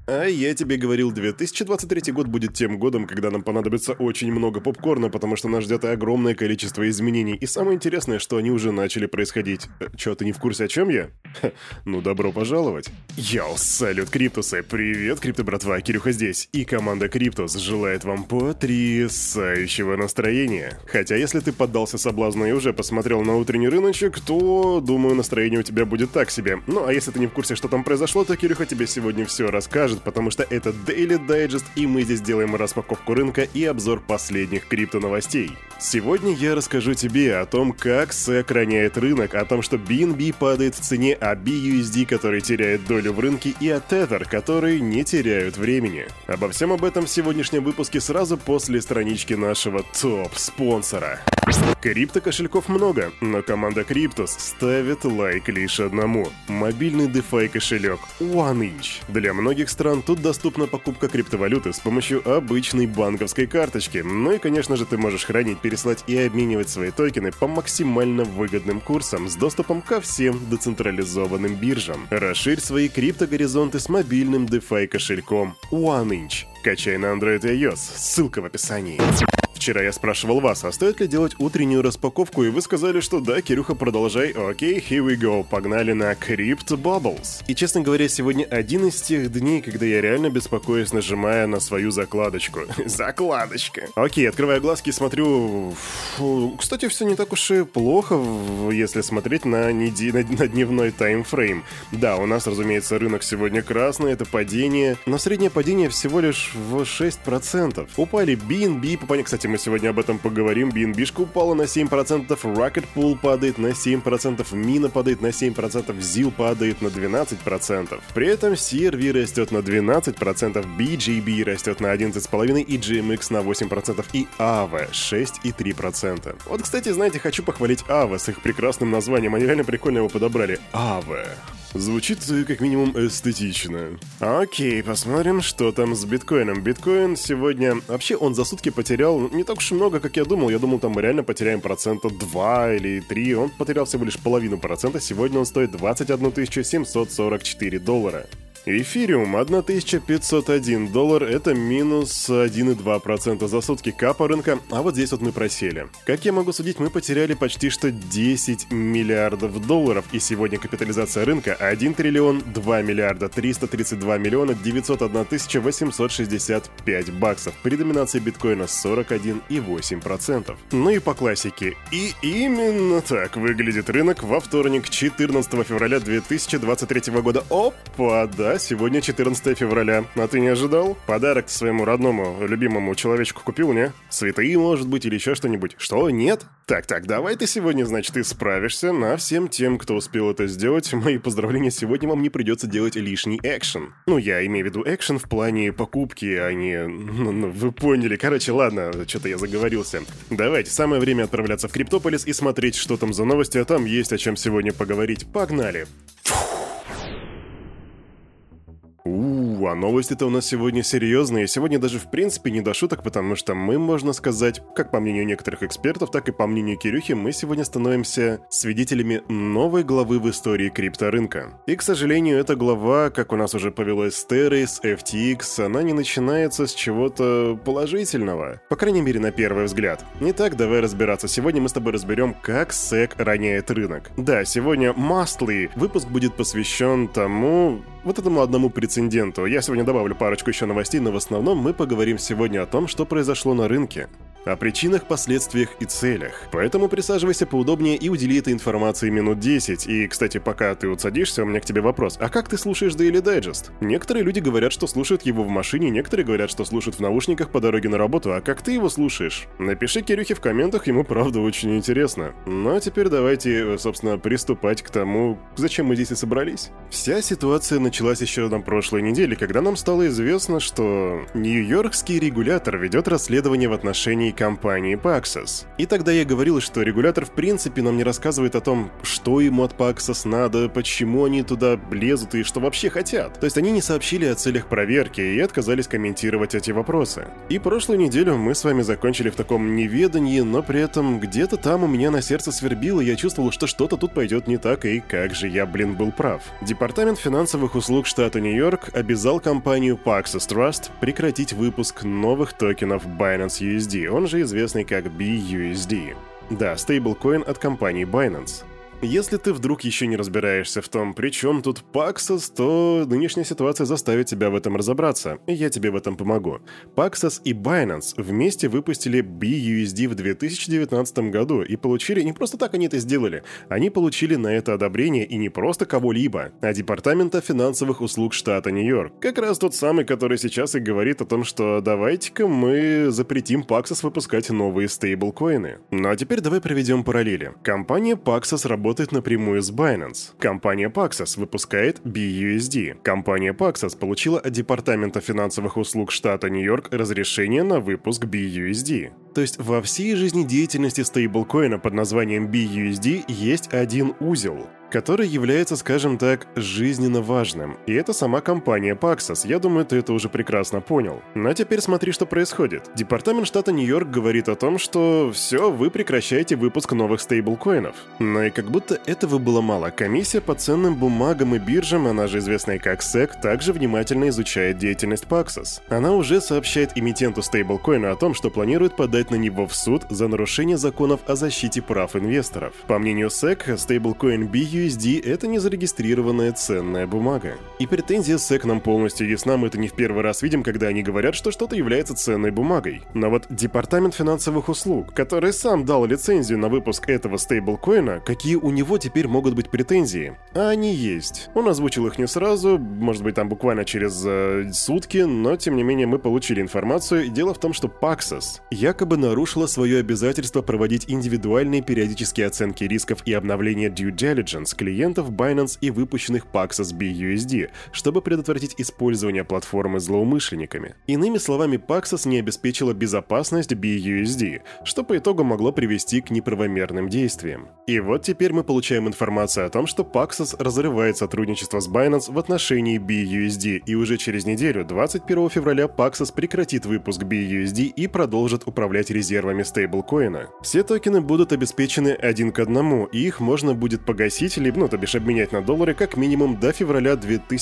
А я тебе говорил, 2023 год будет тем годом, когда нам понадобится очень много попкорна, потому что нас ждет огромное количество изменений. И самое интересное, что они уже начали происходить. Чё, ты не в курсе, о чем я? Ха, ну, добро пожаловать. Йоу, салют, Криптусы. Привет, Крипто братва, Кирюха здесь. И команда Криптус желает вам потрясающего настроения. Хотя, если ты поддался соблазну и уже посмотрел на утренний рыночек, то, думаю, настроение у тебя будет так себе. Ну, а если ты не в курсе, что там произошло, то Кирюха тебе сегодня все расскажет, потому что это Daily Digest, и мы здесь делаем распаковку рынка и обзор последних крипто-новостей. Сегодня я расскажу тебе о том, как SEC роняет рынок, о том, что BNB падает в цене, о BUSD, который теряет долю в рынке, и о Tether, которые не теряют времени. Обо всем об этом в сегодняшнем выпуске сразу после странички нашего топ-спонсора. Крипто-кошельков много, но команда Криптус ставит лайк лишь одному – мобильный DeFi кошелек OneInch. Для многих стран тут доступна покупка криптовалюты с помощью обычной банковской карточки. Ну и, конечно же, ты можешь хранить, переслать и обменивать свои токены по максимально выгодным курсам с доступом ко всем децентрализованным биржам. Расширь свои криптогоризонты с мобильным DeFi кошельком OneInch. Качай на Android и iOS, ссылка в описании. Вчера я спрашивал вас, а стоит ли делать утреннюю распаковку, и вы сказали, что да, Кирюха, продолжай. Окей, here we go, погнали на Crypto Bubbles. И, честно говоря, сегодня один из тех дней, когда я реально беспокоюсь, нажимая на свою закладочку. Закладочка. Окей, открываю глазки и смотрю... Кстати, все не так уж и плохо, если смотреть на дневной таймфрейм. Да, у нас, разумеется, рынок сегодня красный, это падение, но среднее падение всего лишь в 6%. Упали BNB, кстати, мы сегодня об этом поговорим. BNB-шка упала на 7%, Rocket Pool падает на 7%, Mina падает на 7%, ZIL падает на 12%. При этом CRV растет на 12%, BGB растет на 11,5% и GMX на 8% и AVE 6,3%. Вот, кстати, знаете, хочу похвалить AVE с их прекрасным названием. Они реально прикольно его подобрали. AVE. Звучит как минимум эстетично. Окей, посмотрим, что там с биткоином. Биткоин сегодня... Вообще, он за сутки потерял не так уж и много, как я думал. Я думал, там мы реально потеряем 2% или 3%. Он потерял всего лишь 0,5%. Сегодня он стоит $21 744. Эфириум $1501, это минус 1,2% за сутки капа рынка, а вот здесь вот мы просели. Как я могу судить, мы потеряли почти что $10 миллиардов, и сегодня капитализация рынка 1 триллион 2 миллиарда 332 миллиона 901 тысяча 865 баксов, при доминации биткоина 41,8%. Ну и по классике. И именно так выглядит рынок во вторник, 14 февраля 2023 года. Опа, да. Сегодня 14 февраля. А ты не ожидал? Подарок своему родному, любимому человечку купил, не? Цветы, может быть, или еще что-нибудь? Что, нет? Так, давай ты сегодня, значит, исправишься. А всем тем, кто успел это сделать, мои поздравления, сегодня вам не придется делать лишний экшен. Ну, я имею в виду экшен в плане покупки, а не... Ну, вы поняли. Короче, ладно, что-то я заговорился. Давайте, самое время отправляться в Криптополис и смотреть, что там за новости, а там есть о чем сегодня поговорить. Погнали! А новости-то у нас сегодня серьезные. Сегодня даже в принципе не до шуток, потому что мы, можно сказать, как по мнению некоторых экспертов, так и по мнению Кирюхи, мы сегодня становимся свидетелями новой главы в истории крипторынка. И, к сожалению, эта глава, как у нас уже повелось с Terra, с FTX, она не начинается с чего-то положительного. По крайней мере, на первый взгляд. Итак, давай разбираться. Сегодня мы с тобой разберем, как SEC роняет рынок. Да, сегодня Mostly. Выпуск будет посвящен тому... вот этому одному прецеденту. Я сегодня добавлю парочку еще новостей, но в основном мы поговорим сегодня о том, что произошло на рынке. О причинах, последствиях и целях. Поэтому присаживайся поудобнее и удели этой информации минут 10. И, кстати, пока ты вот садишься, у меня к тебе вопрос. А как ты слушаешь Daily Digest? Некоторые люди говорят, что слушают его в машине, некоторые говорят, что слушают в наушниках по дороге на работу. А как ты его слушаешь? Напиши Кирюхе в комментах, ему правда очень интересно. Ну а теперь давайте, собственно, приступать к тому, зачем мы здесь и собрались. Вся ситуация началась еще на прошлой неделе, когда нам стало известно, что Нью-Йоркский регулятор ведет расследование в отношении компании Paxos. И тогда я говорил, что регулятор в принципе нам не рассказывает о том, что ему от Paxos надо, почему они туда лезут и что вообще хотят. То есть они не сообщили о целях проверки и отказались комментировать эти вопросы. И прошлую неделю мы с вами закончили в таком неведании, но при этом где-то там у меня на сердце свербило, я чувствовал, что что-то тут пойдет не так, и как же я, был прав. Департамент финансовых услуг штата Нью-Йорк обязал компанию Paxos Trust прекратить выпуск новых токенов Binance USD, он же известный как BUSD. Да, стейблкоин от компании Binance. Если ты вдруг еще не разбираешься в том, при чем тут Paxos, то нынешняя ситуация заставит тебя в этом разобраться, и я тебе в этом помогу. Paxos и Binance вместе выпустили BUSD в 2019 году и получили, не просто так они это сделали, они получили на это одобрение и не просто кого-либо, а Департамента финансовых услуг штата Нью-Йорк. Как раз тот самый, который сейчас и говорит о том, что давайте-ка мы запретим Paxos выпускать новые стейблкоины. Ну а теперь давай проведем параллели. Компания Paxos работает напрямую с Binance. Компания Paxos выпускает BUSD. Компания Paxos получила от Департамента финансовых услуг штата Нью-Йорк разрешение на выпуск BUSD. То есть во всей жизнедеятельности стейблкоина под названием BUSD есть один узел, который является, скажем так, жизненно важным. И это сама компания Paxos, я думаю, ты это уже прекрасно понял. Но теперь смотри, что происходит. Департамент штата Нью-Йорк говорит о том, что все, вы прекращаете выпуск новых стейблкоинов. Но и как будто этого было мало. Комиссия по ценным бумагам и биржам, она же известная как SEC, также внимательно изучает деятельность Paxos. Она уже сообщает эмитенту стейблкоина о том, что планирует подать на него в суд за нарушение законов о защите прав инвесторов. По мнению SEC, стейблкоин BUSD — это незарегистрированная ценная бумага. И претензия SEC нам полностью ясна, мы это не в первый раз видим, когда они говорят, что что-то является ценной бумагой. Но вот Департамент финансовых услуг, который сам дал лицензию на выпуск этого стейблкоина, какие у него теперь могут быть претензии? А они есть. Он озвучил их не сразу, может быть там буквально через сутки, но тем не менее мы получили информацию. Дело в том, что Paxos якобы нарушила свое обязательство проводить индивидуальные периодические оценки рисков и обновления due diligence клиентов Binance и выпущенных Paxos BUSD, чтобы предотвратить использование платформы злоумышленниками. Иными словами, Paxos не обеспечила безопасность BUSD, что по итогу могло привести к неправомерным действиям. И вот теперь мы получаем информацию о том, что Paxos разрывает сотрудничество с Binance в отношении BUSD, и уже через неделю, 21 февраля, Paxos прекратит выпуск BUSD и продолжит управлять резервами стейблкоина. Все токены будут обеспечены 1 к 1, и их можно будет погасить, либо, то бишь обменять на доллары как минимум до февраля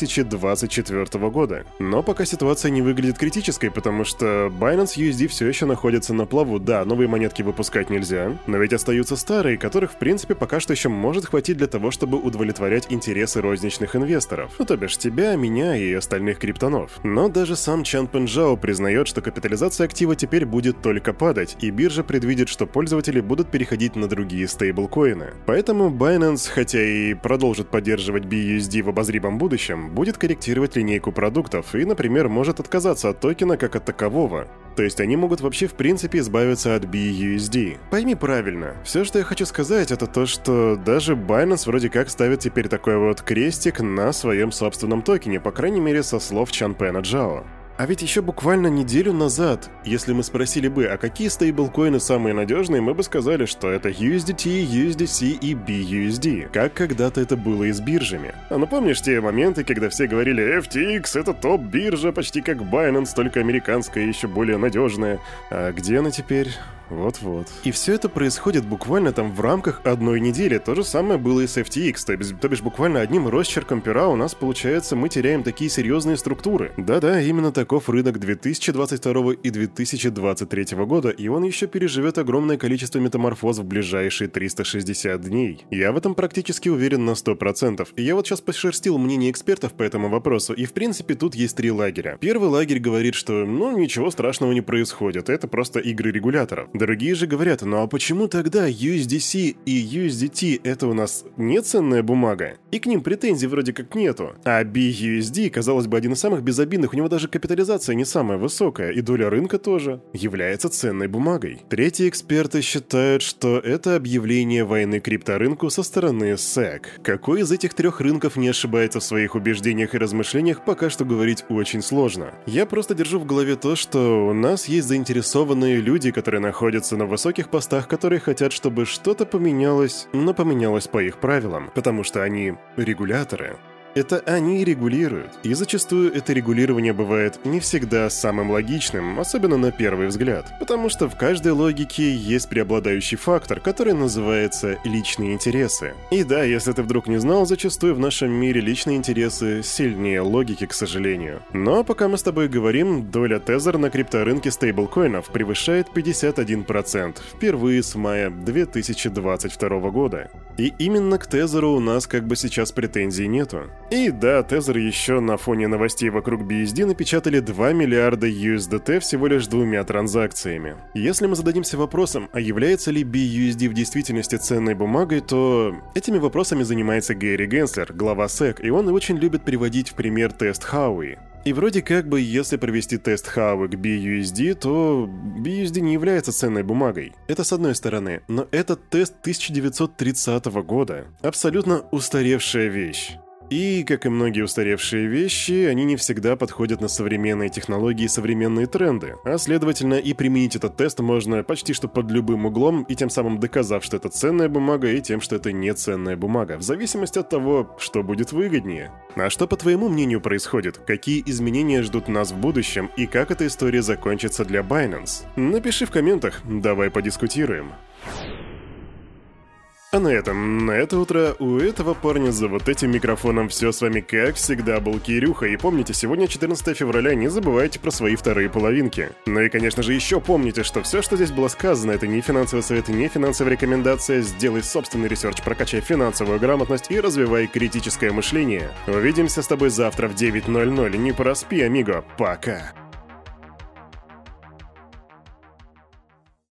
2024 года. Но пока ситуация не выглядит критической, потому что Binance USD все еще находится на плаву. Да, новые монетки выпускать нельзя, но ведь остаются старые, которых в принципе пока что еще может хватить для того, чтобы удовлетворять интересы розничных инвесторов. То бишь тебя, меня и остальных криптонов. Но даже сам Чанпэн Жао признает, что капитализация актива теперь будет только падать, и биржа предвидит, что пользователи будут переходить на другие стейблкоины. Поэтому Binance, хотя и продолжит поддерживать BUSD в обозримом будущем, будет корректировать линейку продуктов и, например, может отказаться от токена как от такового. То есть они могут вообще в принципе избавиться от BUSD. Пойми правильно, все, что я хочу сказать, это то, что даже Binance вроде как ставит теперь такой вот крестик на своем собственном токене, по крайней мере со слов Чанпэна Джао. А ведь еще буквально неделю назад, если мы спросили бы, а какие стейблкоины самые надежные, мы бы сказали, что это USDT, USDC и BUSD, как когда-то это было и с биржами. А ну помнишь те моменты, когда все говорили, FTX это топ-биржа, почти как Binance, только американская и еще более надежная. А где она теперь? Вот-вот. И все это происходит буквально там в рамках одной недели. То же самое было и с FTX. То бишь буквально одним росчерком пера у нас, получается, мы теряем такие серьезные структуры. Да-да, именно таков рынок 2022 и 2023 года, и он еще переживет огромное количество метаморфоз в ближайшие 360 дней. Я в этом практически уверен на 100%. И я вот сейчас пошерстил мнение экспертов по этому вопросу, и в принципе тут есть три лагеря. Первый лагерь говорит, что ничего страшного не происходит, это просто игры регуляторов. Другие же говорят, а почему тогда USDC и USDT это у нас не ценная бумага? И к ним претензий вроде как нету. А BUSD, казалось бы, один из самых безобидных, у него даже капитализация не самая высокая, и доля рынка тоже, является ценной бумагой. Третьи эксперты считают, что это объявление войны крипторынку со стороны SEC. Какой из этих трех рынков не ошибается в своих убеждениях и размышлениях, пока что говорить очень сложно. Я просто держу в голове то, что у нас есть заинтересованные люди, которые находятся находятся на высоких постах, которые хотят, чтобы что-то поменялось, но поменялось по их правилам, потому что они регуляторы. Это они регулируют, и зачастую это регулирование бывает не всегда самым логичным, особенно на первый взгляд, потому что в каждой логике есть преобладающий фактор, который называется личные интересы. И да, если ты вдруг не знал, зачастую в нашем мире личные интересы сильнее логики, к сожалению. Но пока мы с тобой говорим, доля тезер на крипторынке стейблкоинов превышает 51%, впервые с мая 2022 года. И именно к тезеру у нас как бы сейчас претензий нету. И да, тезер еще на фоне новостей вокруг BUSD напечатали 2 миллиарда USDT всего лишь 2 транзакциями. Если мы зададимся вопросом, а является ли BUSD в действительности ценной бумагой, то этими вопросами занимается Гэри Генслер, глава SEC, и он очень любит приводить в пример тест Хауи. И вроде как бы, если провести тест Хауи к BUSD, то BUSD не является ценной бумагой. Это с одной стороны, но этот тест 1930 года. Абсолютно устаревшая вещь. И, как и многие устаревшие вещи, они не всегда подходят на современные технологии и современные тренды. А следовательно, и применить этот тест можно почти что под любым углом, и тем самым доказав, что это ценная бумага, и тем, что это не ценная бумага, в зависимости от того, что будет выгоднее. А что, по твоему мнению, происходит? Какие изменения ждут нас в будущем, и как эта история закончится для Binance? Напиши в комментах, давай подискутируем. А на это утро у этого парня за вот этим микрофоном все. С вами, как всегда, был Кирюха. И помните, сегодня 14 февраля, не забывайте про свои вторые половинки. Ну и, конечно же, еще помните, что все, что здесь было сказано, это не финансовый совет, не финансовая рекомендация. Сделай собственный ресерч, прокачай финансовую грамотность и развивай критическое мышление. Увидимся с тобой завтра в 9:00. Не проспи, амиго. Пока.